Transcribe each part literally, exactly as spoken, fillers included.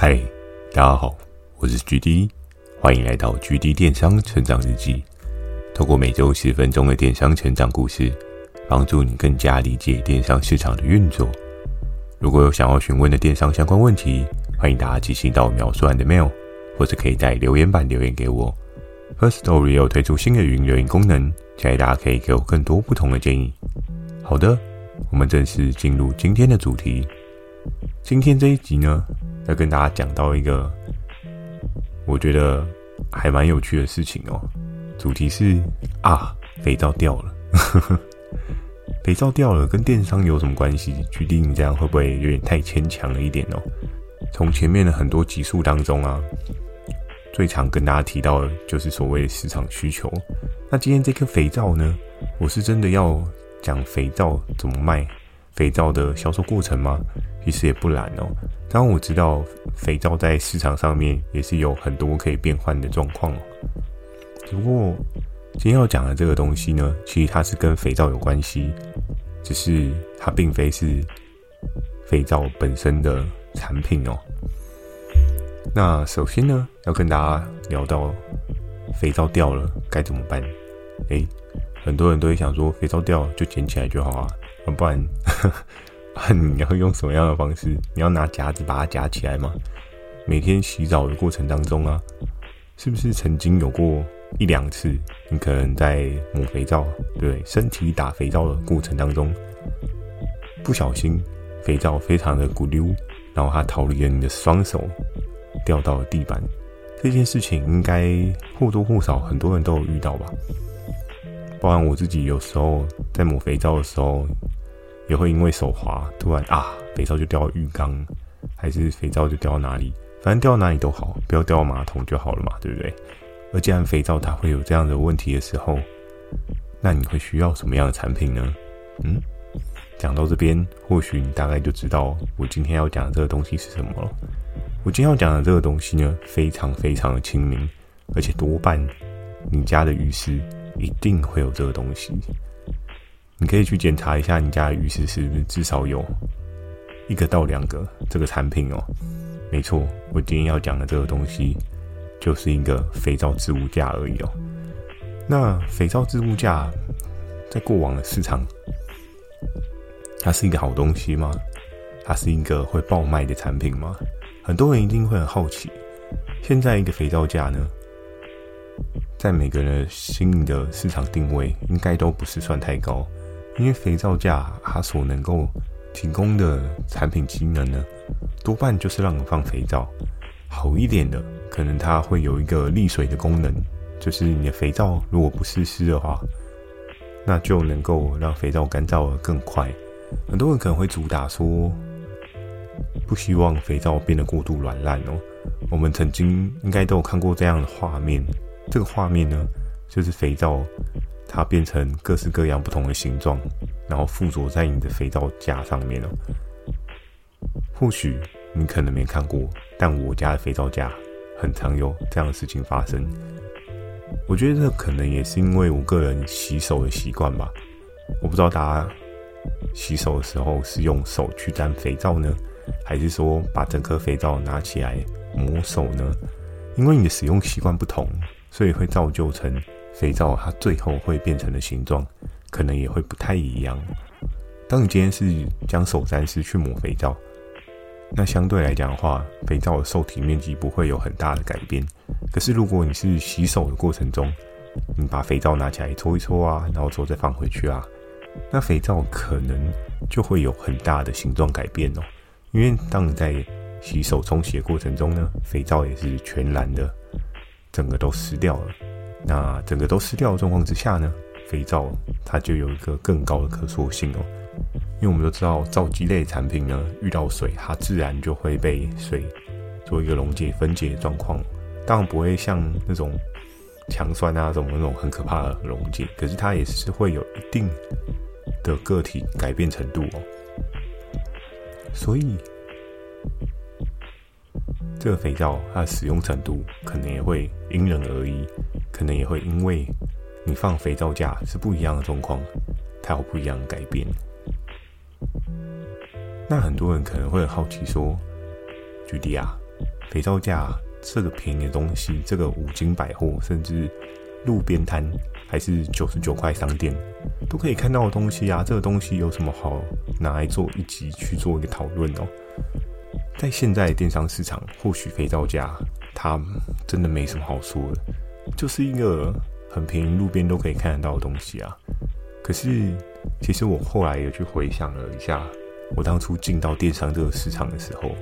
嗨，大家好，我是 G D， 欢迎来到 G D 电商成长日记。透过每周十分钟的电商成长故事，帮助你更加理解电商市场的运作。如果有想要询问的电商相关问题，欢迎大家寄信到描述栏的 mail， 或者可以在留言板留言给我。Firstory 有推出新的语音留言功能，期待大家可以给我更多不同的建议。好的，我们正式进入今天的主题。今天这一集呢，要跟大家讲到一个我觉得还蛮有趣的事情哦。主题是啊，肥皂掉了。肥皂掉了跟电商有什么关系？举例你这样会不会有点太牵强了一点哦？从前面的很多集数当中啊，最常跟大家提到的就是所谓的市场需求。那今天这颗肥皂呢，我是真的要讲肥皂怎么卖，肥皂的销售过程吗？其实也不然哦。当然我知道肥皂在市场上面也是有很多可以变换的状况哦。只不过今天要讲的这个东西呢，其实它是跟肥皂有关系，只是它并非是肥皂本身的产品哦。那首先呢，要跟大家聊到肥皂掉了该怎么办。诶，很多人都会想说肥皂掉就捡起来就好啊，不然你要用什么样的方式？你要拿夹子把它夹起来吗？每天洗澡的过程当中啊，是不是曾经有过一两次，你可能在抹肥皂，对，身体打肥皂的过程当中，不小心肥皂非常的咕溜，然后它逃离了你的双手，掉到了地板。这件事情应该或多或少很多人都有遇到吧。包含我自己有时候在抹肥皂的时候，也会因为手滑，突然啊，肥皂就掉到浴缸，还是肥皂就掉到哪里，反正掉到哪里都好，不要掉到马桶就好了嘛，对不对？而既然肥皂它会有这样的问题的时候，那你会需要什么样的产品呢？嗯，讲到这边，或许你大概就知道我今天要讲的这个东西是什么了。我今天要讲的这个东西呢，非常非常的亲民，而且多半你家的浴室一定会有这个东西。你可以去检查一下你家的浴室是不是至少有一个到两个这个产品哦。没错，我今天要讲的这个东西就是一个肥皂置物架而已哦。那肥皂置物架在过往的市场，它是一个好东西吗？它是一个会爆卖的产品吗？很多人一定会很好奇，现在一个肥皂架呢，在每个人心里的市场定位应该都不是算太高，因为肥皂架它所能够提供的产品机能呢，多半就是让你放肥皂。好一点的，可能它会有一个沥水的功能，就是你的肥皂如果不湿湿的话，那就能够让肥皂干燥得更快。很多人可能会主打说，不希望肥皂变得过度软烂哦。我们曾经应该都有看过这样的画面，这个画面呢，就是肥皂它变成各式各样不同的形状，然后附着在你的肥皂架上面哦。或许你可能没看过，但我家的肥皂架很常有这样的事情发生。我觉得这可能也是因为我个人洗手的习惯吧。我不知道大家洗手的时候是用手去沾肥皂呢，还是说把整颗肥皂拿起来抹手呢？因为你的使用习惯不同，所以会造就成肥皂它最后会变成的形状可能也会不太一样。当你今天是将手沾湿去抹肥皂，那相对来讲的话，肥皂的受体面积不会有很大的改变。可是如果你是洗手的过程中，你把肥皂拿起来搓一搓啊，然后之后再放回去啊，那肥皂可能就会有很大的形状改变哦。因为当你在洗手冲洗的过程中呢，肥皂也是全然的整个都湿掉了。那整个都湿掉的状况之下呢，肥皂它就有一个更高的可塑性哦。因为我们都知道皂基类产品呢，遇到水它自然就会被水做一个溶解分解的状况，当然不会像那种强酸啊这种那种很可怕的溶解，可是它也是会有一定的个体改变程度哦。所以这个肥皂它的使用程度可能也会因人而异，可能也会因为你放肥皂架是不一样的状况，它有不一样的改变。那很多人可能会很好奇说，举例啊， 肥皂架这个便宜的东西，这个五金百货甚至路边摊还是九十九块商店都可以看到的东西啊，这个东西有什么好拿来做一集去做一个讨论哦？在现在的电商市场，或许肥皂架它真的没什么好说的，就是一个很便宜路边都可以看得到的东西啊。可是其实我后来也去回想了一下，我当初进到电商这个市场的时候，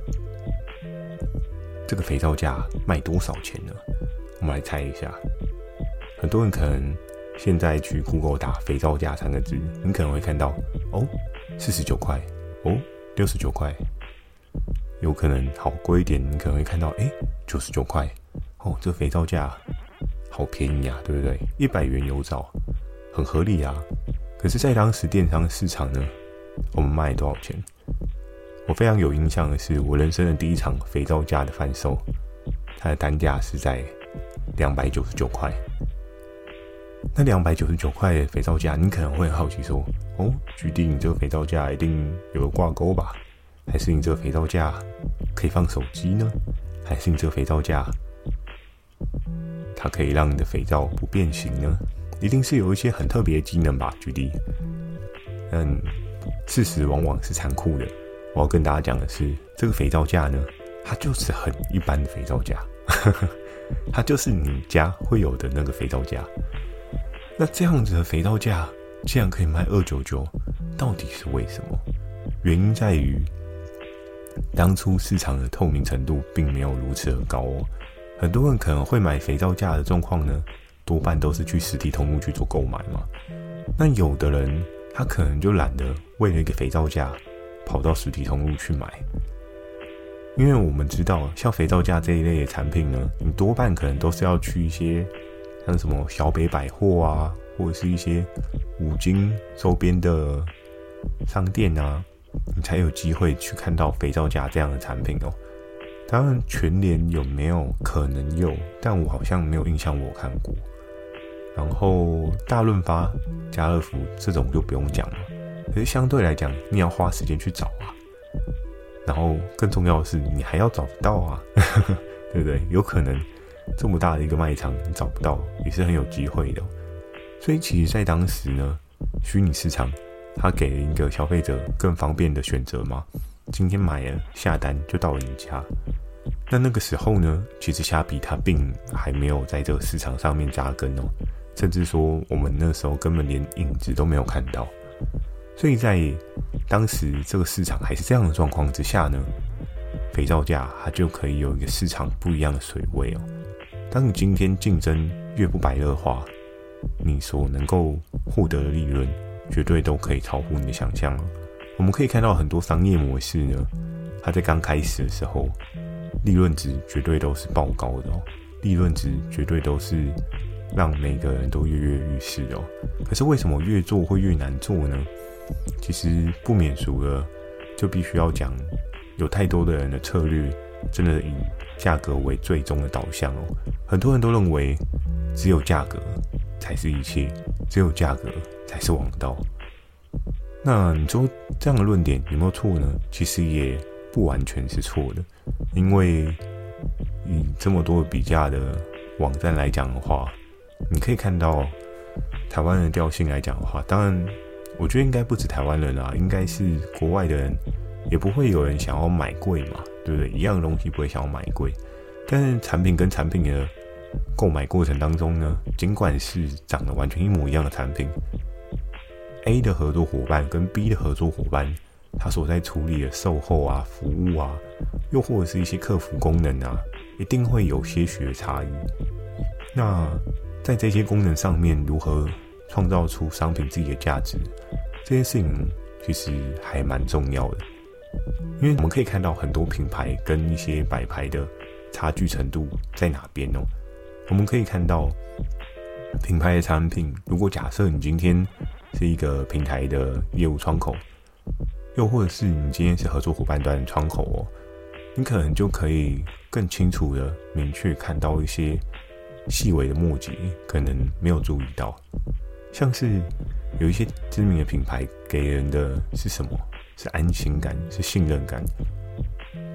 这个肥皂架卖多少钱呢？我们来猜一下。很多人可能现在去 Google 打肥皂架三个字，你可能会看到哦四十九块，哦六十九块，有可能好贵一点，你可能会看到哎九十九块，哦这肥皂架好便宜啊，对不对？一百元有找，很合理啊。可是在当时电商市场呢，我们卖多少钱？我非常有印象的是，我人生的第一场肥皂架的贩售，它的单价是在两百九十九块。那两百九十九块的肥皂架，你可能会好奇说，哦，举例你这个肥皂架一定有个挂钩吧？还是你这个肥皂架可以放手机呢？还是你这个肥皂架它可以让你的肥皂不变形呢？一定是有一些很特别的机能吧？举例，嗯，事实往往是残酷的。我要跟大家讲的是，这个肥皂架呢，它就是很一般的肥皂架，它就是你家会有的那个肥皂架。那这样子的肥皂架竟然可以卖二百九十九，到底是为什么？原因在于当初市场的透明程度并没有如此的高哦。很多人可能会买肥皂架的状况呢，多半都是去实体通路去做购买嘛。那有的人他可能就懒得为了一个肥皂架跑到实体通路去买，因为我们知道像肥皂架这一类的产品呢，你多半可能都是要去一些像什么小北百货啊，或者是一些五金周边的商店啊，你才有机会去看到肥皂架这样的产品哦。当然全联有没有可能有，但我好像没有印象我看过。然后大润发、家乐福这种就不用讲了，可是相对来讲你要花时间去找啊，然后更重要的是你还要找得到啊对不对？有可能这么大的一个卖场你找不到也是很有机会的。所以其实在当时呢，虚拟市场它给了一个消费者更方便的选择嘛，今天买了下单就到了你家。那那个时候呢，其实虾皮它并还没有在这个市场上面扎根哦，甚至说我们那时候根本连影子都没有看到。所以在当时这个市场还是这样的状况之下呢，肥皂架它就可以有一个市场不一样的水位哦。当你今天竞争越不白热化，你所能够获得的利润绝对都可以超乎你的想象了。我们可以看到很多商业模式呢，它在刚开始的时候，利润值绝对都是爆高的哦，利润值绝对都是让每个人都跃跃欲试的哦。可是为什么越做会越难做呢？其实不免俗了，就必须要讲，有太多的人的策略真的以价格为最终的导向哦。很多人都认为只有价格才是一切，只有价格才是王道。那你说这样的论点有没有错呢？其实也不完全是错的，因为以这么多比价的网站来讲的话，你可以看到台湾人的调性来讲的话，当然我觉得应该不止台湾人啊，应该是国外的人也不会有人想要买贵嘛，对不对？一样的东西不会想要买贵，但是产品跟产品的购买过程当中呢，尽管是长得完全一模一样的产品， A 的合作伙伴跟 B 的合作伙伴，他所在处理的售后啊、服务啊，又或者是一些客服功能啊，一定会有些许的差异。那在这些功能上面，如何创造出商品自己的价值，这件事情其实还蛮重要的。因为我们可以看到很多品牌跟一些摆牌的差距程度在哪边哦。我们可以看到品牌的产品，如果假设你今天是一个平台的业务窗口，又或者是你今天是合作伙伴端的窗口哦，你可能就可以更清楚的明确看到一些细微的末节，可能没有注意到。像是有一些知名的品牌给人的是什么？是安心感，是信任感。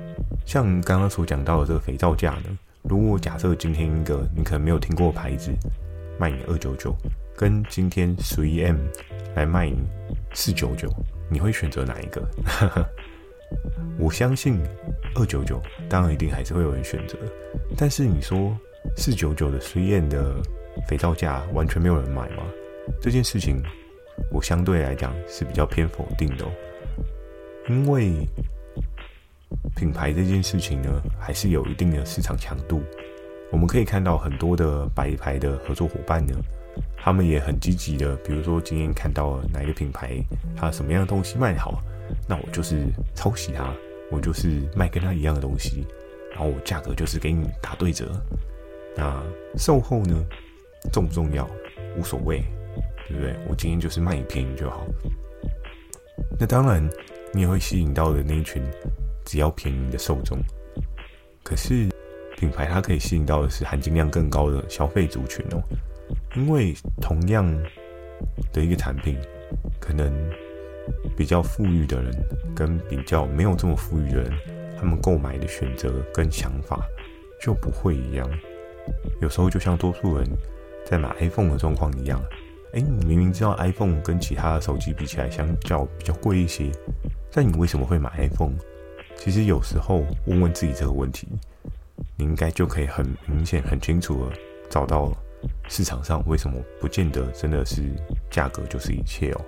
像刚刚所讲到的这个肥皂架呢，如果假设今天一个你可能没有听过的牌子卖你二九九，跟今天 三 M 来卖你四九九，你会选择哪一个？我相信二九九当然一定还是会有人选择，但是你说四九九的 三 M 的肥皂架完全没有人买吗？这件事情我相对来讲是比较偏否定的哦，因为品牌这件事情呢，还是有一定的市场强度。我们可以看到很多的白牌的合作伙伴呢，他们也很积极的，比如说今天看到了哪一个品牌，它什么样的东西卖好，那我就是抄袭它，我就是卖跟它一样的东西，然后我价格就是给你打对折。那售后呢，重不重要？无所谓，对不对？我今天就是卖你便宜就好。那当然，你也会吸引到的那一群只要便宜的受众。可是品牌它可以吸引到的是含金量更高的消费族群哦，因为同样的一个产品，可能比较富裕的人跟比较没有这么富裕的人，他们购买的选择跟想法就不会一样。有时候就像多数人在买 iPhone 的状况一样，哎，你明明知道 iPhone 跟其他的手机比起来相较比较贵一些，但你为什么会买 iPhone？ 其实有时候问问自己这个问题，你应该就可以很明显很清楚的找到市场上为什么不见得真的是价格就是一切哦。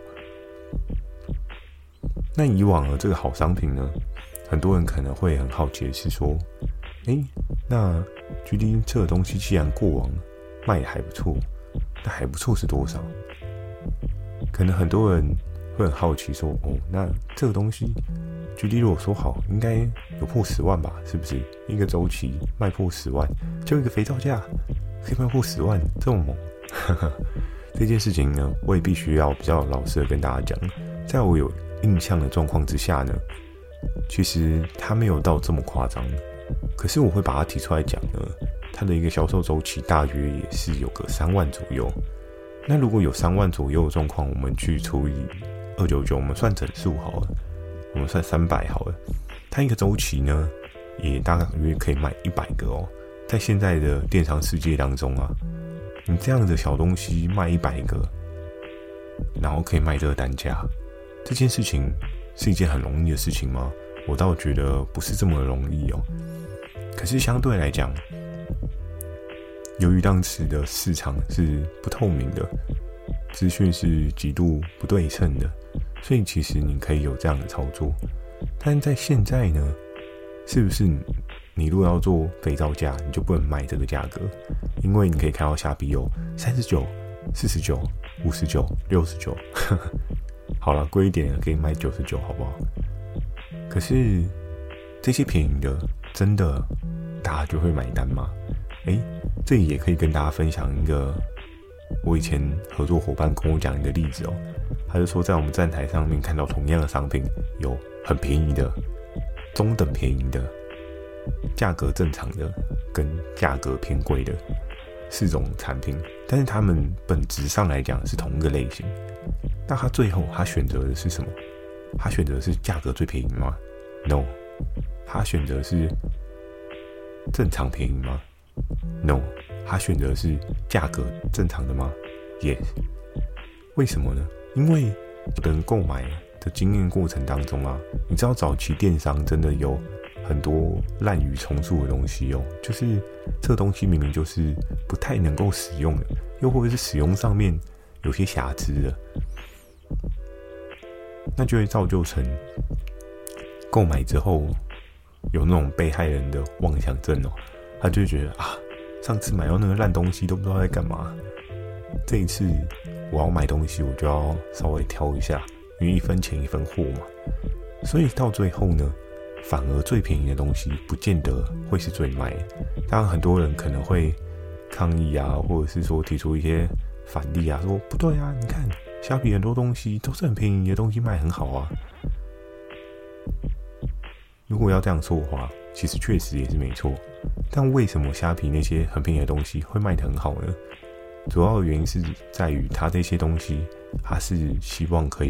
那以往的这个好商品呢，很多人可能会很好奇的是说，诶，那 G D 这个东西既然过往卖的还不错，那还不错是多少？可能很多人会很好奇说，哦，那这个东西 G D 如果说好，应该有破十万吧？是不是？一个周期卖破十万，就一个肥皂架可以卖破十万，这么猛？这件事情呢，我也必须要比较老实的跟大家讲，在我有印象的状况之下呢，其实它没有到这么夸张。可是我会把它提出来讲呢，它的一个销售周期大约也是有个三万左右。那如果有三万左右的状况，我们去除以二九九，我们算整数好了，我们算三百好了。它一个周期呢，也大约可以卖一百个哦。在现在的电商世界当中啊，你这样的小东西卖一百个，然后可以卖这个单价，这件事情是一件很容易的事情吗？我倒觉得不是这么容易哦。可是相对来讲，由于当时的市场是不透明的，资讯是极度不对称的，所以其实你可以有这样的操作。但在现在呢，是不是你如果要做肥皂架，你就不能卖这个价格？因为你可以看到虾皮有三十九、四十九、五十九、六十九，好了，贵一点可以卖九十九，好不好？可是这些便宜的，真的大家就会买单吗？诶，这里也可以跟大家分享一个我以前合作伙伴跟我讲一个例子哦。他就说，在我们站台上面看到同样的商品，有很便宜的、中等便宜的、价格正常的跟价格偏贵的四种产品，但是他们本质上来讲是同一个类型。那他最后他选择的是什么？他选择的是价格最便宜吗 ？No。他选择的是正常便宜吗 ？No。他选择的是价格正常的吗 ？Yes。为什么呢？因为人购买的经验过程当中啊，你知道早期电商真的有很多滥竽充数的东西哦，就是这个东西明明就是不太能够使用的，又或者是使用上面有些瑕疵的，那就会造就成购买之后有那种被害人的妄想症哦，他就会觉得啊，上次买到那个烂东西都不知道在干嘛，这一次我要买东西我就要稍微挑一下，因为一分钱一分货嘛，所以到最后呢，反而最便宜的东西不见得会是最卖的。当然很多人可能会抗议啊，或者是说提出一些反例啊，说不对啊，你看虾皮很多东西都是很便宜的东西卖很好啊。如果要这样说的话，其实确实也是没错，但为什么虾皮那些很便宜的东西会卖得很好呢？主要的原因是在于它这些东西它是希望可以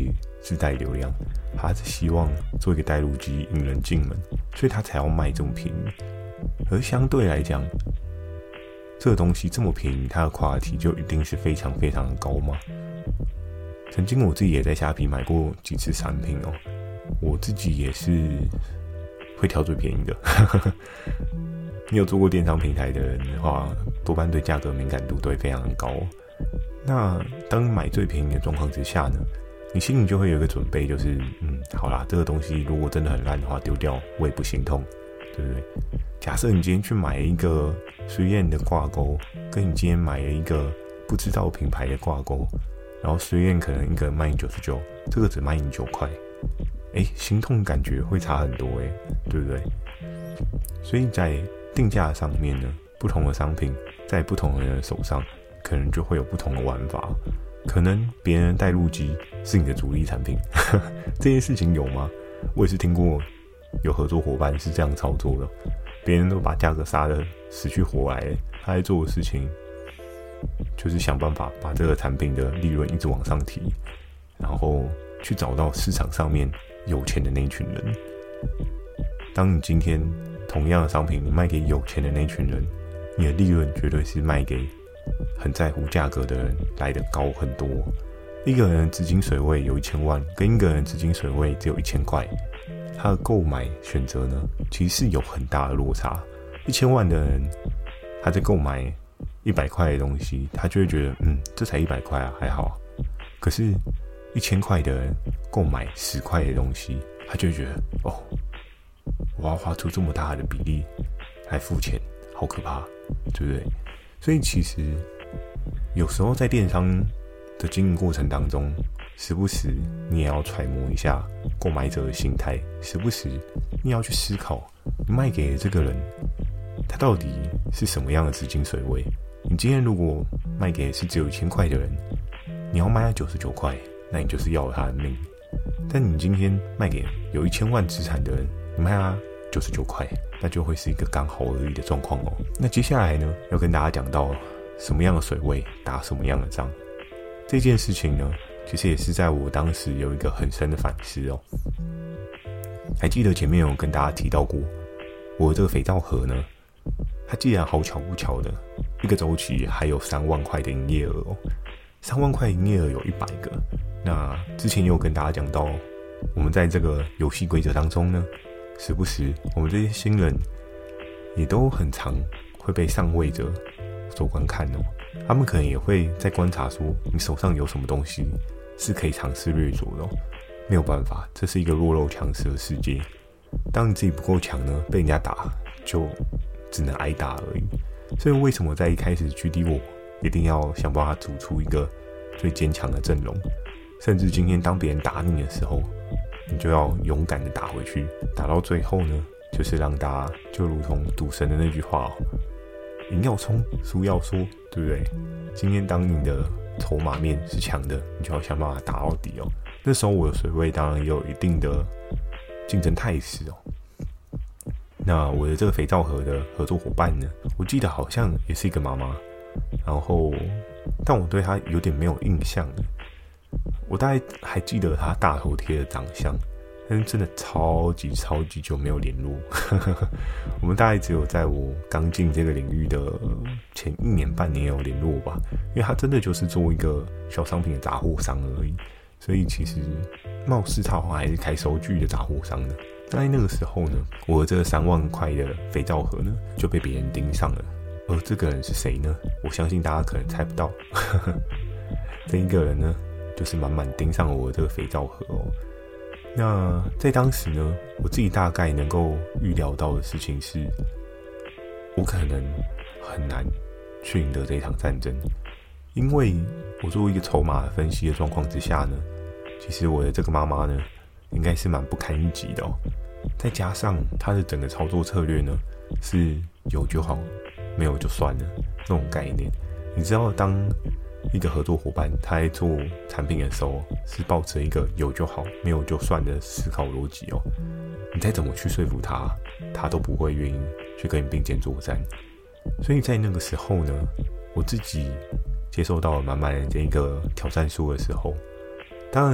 自带流量，他是希望做一个带路机引人进门，所以他才要卖这么便宜。而相对来讲，这个东西这么便宜，它的quality就一定是非常非常的高吗？曾经我自己也在虾皮买过几次产品哦，我自己也是会挑最便宜的。你有做过电商平台的人的话，多半对价格敏感度都会非常高。那当买最便宜的状况之下呢，你心里就会有一个准备，就是嗯，好啦，这个东西如果真的很烂的话，丢掉我也不心痛，对不对？假设你今天去买一个水燕的挂钩，跟你今天买了一个不知道品牌的挂钩，然后水燕可能一个卖你九十九，这个只卖你九块，哎，心痛感觉会差很多哎，对不对？所以在定价上面呢，不同的商品在不同人的手上，可能就会有不同的玩法。可能别人的带路机是你的主力产品，这件事情有吗？我也是听过有合作伙伴是这样操作的，别人都把价格杀得死去活来，他在做的事情就是想办法把这个产品的利润一直往上提，然后去找到市场上面有钱的那一群人。当你今天同样的商品你卖给有钱的那群人，你的利润绝对是卖给很在乎价格的人来得高很多。一个人资金水位有一千万，跟一个人资金水位只有一千块，他的购买选择呢，其实是有很大的落差。一千万的人，他在购买一百块的东西，他就会觉得，嗯，这才一百块啊，还好啊。可是，一千块的人购买十块的东西，他就会觉得，哦，我要花出这么大的比例来付钱，好可怕，对不对？所以其实有时候在电商的经营过程当中，时不时你也要揣摩一下购买者的心态，时不时你要去思考，你卖给的这个人，他到底是什么样的资金水位？你今天如果卖给的是只有一千块的人，你要卖他九十九块，那你就是要了他的命。但你今天卖给有一千万资产的人，你卖他九十九块，那就会是一个刚好而已的状况哦。那接下来呢，要跟大家讲到什么样的水位打什么样的仗。这件事情呢，其实也是在我当时有一个很深的反思哦。还记得前面有跟大家提到过，我的这个肥皂盒呢，它既然好巧不巧的一个周期还有三万块的营业额哦，三万块营业额有一百个。那之前也有跟大家讲到，我们在这个游戏规则当中呢，时不时我们这些新人也都很常会被上位者所观看哦。他们可能也会在观察说，你手上有什么东西是可以尝试掠夺的哦。没有办法，这是一个弱肉强食的世界。当你自己不够强呢，被人家打就只能挨打而已。所以为什么在一开始 G D 我一定要想办法组出一个最坚强的阵容，甚至今天当别人打你的时候，你就要勇敢的打回去，打到最后呢，就是让大家就如同赌神的那句话哦，赢要冲，输要说，对不对？今天当你的筹码面是强的，你就要想办法打到底哦。那时候我的水位当然也有一定的竞争态势哦。那我的这个肥皂盒的合作伙伴呢，我记得好像也是一个妈妈，然后但我对她有点没有印象了。我大概还记得她大头贴的长相，但是真的超级超级久没有联络。我们大概只有在我刚进这个领域的前一年半年有联络吧，因为他真的就是做一个小商品的杂货商而已，所以其实貌似他好像还是开收据的杂货商的。在那个时候呢，我的这个三万块的肥皂盒呢就被别人盯上了，而这个人是谁呢？我相信大家可能猜不到。这一个人呢，就是满满盯上了我的这个肥皂盒哦。那在当时呢，我自己大概能够预料到的事情是，我可能很难去赢得这一场战争，因为我作为一个筹码分析的状况之下呢，其实我的这个妈妈呢，应该是蛮不堪一击的哦。再加上她的整个操作策略呢，是有就好，没有就算了这种概念。你知道，当一个合作伙伴他在做产品的时候，是抱着一个有就好没有就算的思考逻辑哦。你再怎么去说服他，他都不会愿意去跟你并肩作战。所以在那个时候呢，我自己接受到了满满的这一个挑战书的时候，当然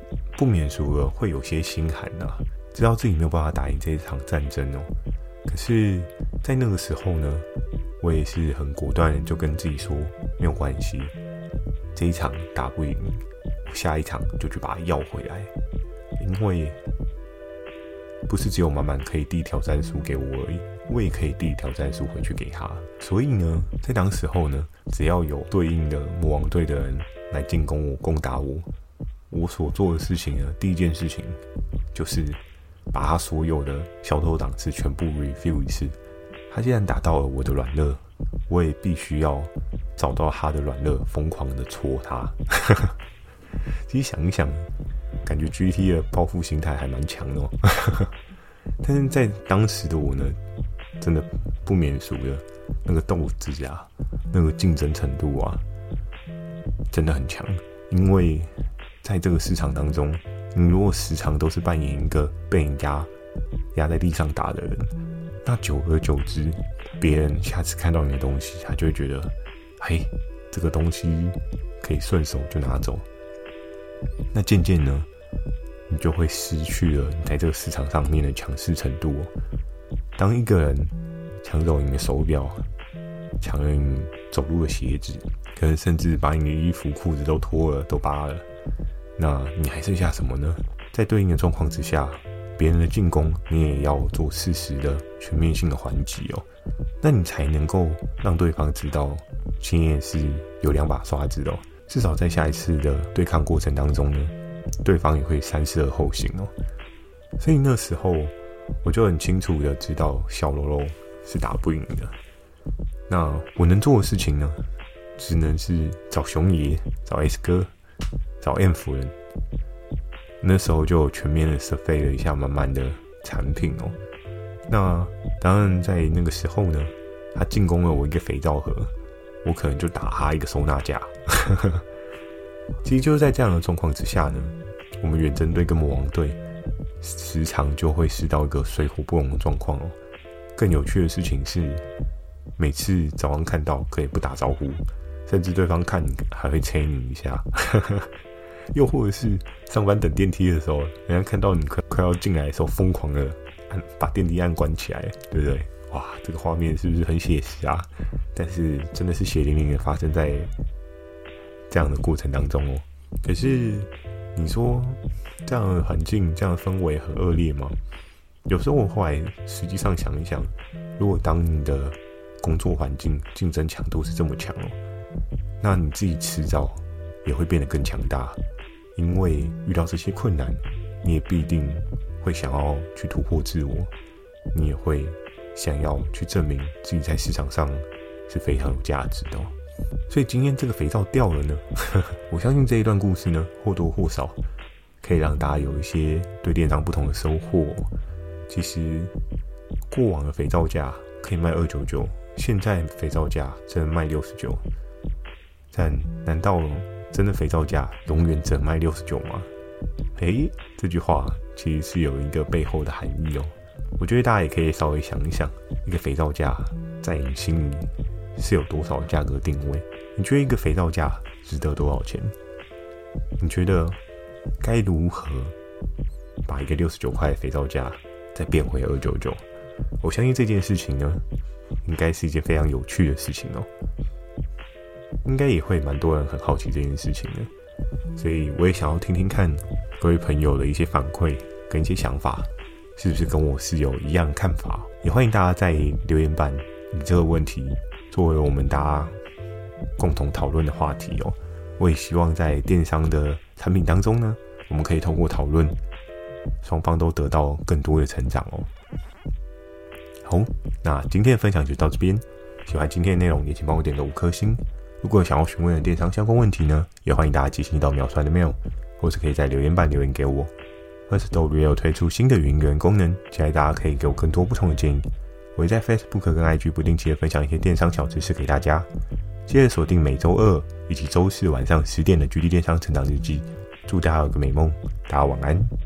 不免俗了会有些心寒啊，知道自己没有办法打赢这一场战争哦。可是，在那个时候呢，我也是很果断就跟自己说，没有关系，这一场打不赢，下一场就去把它要回来，因为不是只有满满可以递挑战书给我而已，我也可以递挑战书回去给他。所以呢，在当时候呢，只要有对应的魔王队的人来进攻我、攻打我，我所做的事情呢，第一件事情就是把他所有的小偷档次全部 review 一次。他既然打到了我的软肋，我也必须要找到他的软肋，疯狂的戳他。其实想一想，感觉 G T 的报复心态还蛮强的哦。但是在当时的我呢，真的不免俗的那个斗志啊，那个竞争程度啊，真的很强。因为在这个市场当中，你如果时常都是扮演一个被人家压在地上打的人，那久而久之，别人下次看到你的东西，他就会觉得，嘿，这个东西可以顺手就拿走。那渐渐呢，你就会失去了你在这个市场上面的强势程度哦。当一个人抢走你的手表，抢了你走路的鞋子，可能甚至把你的衣服、裤子都脱了、都扒了，那你还剩下什么呢？在对应的状况之下，别人的进攻你也要做适时的全面性的还击哦，那你才能够让对方知道今天是有两把刷子的哦。至少在下一次的对抗过程当中呢，对方也会三思而后行哦。所以那时候我就很清楚的知道小喽啰是打不赢的。那我能做的事情呢，只能是找熊爷、找 S 哥、找 M 夫人。那时候就全面的 survey 了一下满满的产品哦。那当然在那个时候呢，他进攻了我一个肥皂盒，我可能就打他一个收纳架。其实就是在这样的状况之下呢，我们远征队跟魔王队时常就会试到一个水火不容的状况哦。更有趣的事情是，每次早上看到可以不打招呼，甚至对方看你还会催你一下。又或者是上班等电梯的时候，人家看到你快快要进来的时候，疯狂的按把电梯按关起来，对不对？哇，这个画面是不是很写实啊？但是真的是血淋淋的发生在这样的过程当中哦。可是你说这样的环境、这样的氛围很恶劣吗？有时候我后来实际上想一想，如果当你的工作环境竞争强度是这么强哦，那你自己迟早也会变得更强大。因为遇到这些困难，你也必定会想要去突破自我，你也会想要去证明自己在市场上是非常有价值的哦。所以今天这个肥皂掉了呢，我相信这一段故事呢，或多或少可以让大家有一些对电商不同的收获。其实过往的肥皂价可以卖二百九十九，现在肥皂价只能卖六十九，但难道真的肥皂价永远只能卖六十九吗？诶，这句话其实是有一个背后的含义哦。我觉得大家也可以稍微想一想，一个肥皂价在你心里是有多少价格定位？你觉得一个肥皂价值得多少钱？你觉得该如何把一个六十九块的肥皂价再变回二百九十九？我相信这件事情呢，应该是一件非常有趣的事情哦。应该也会蛮多人很好奇这件事情的，所以我也想要听听看各位朋友的一些反馈跟一些想法，是不是跟我是有一样看法？也欢迎大家在留言板以这个问题作为我们大家共同讨论的话题哦。我也希望在电商的产品当中呢，我们可以透过讨论，双方都得到更多的成长哦。好，那今天的分享就到这边。喜欢今天的内容，也请帮我点个五颗星。如果想要询问的电商相关问题呢，也欢迎大家寄信到秒算的 mail， 或是可以在留言板留言给我。Firstory 也有推出新的语音留言功能，期待大家可以给我更多不同的建议。我会在 Facebook 跟 I G 不定期的分享一些电商小知识给大家。接着锁定每周二以及周四晚上十点的 G D 电商成长日记。祝大家有个美梦，大家晚安。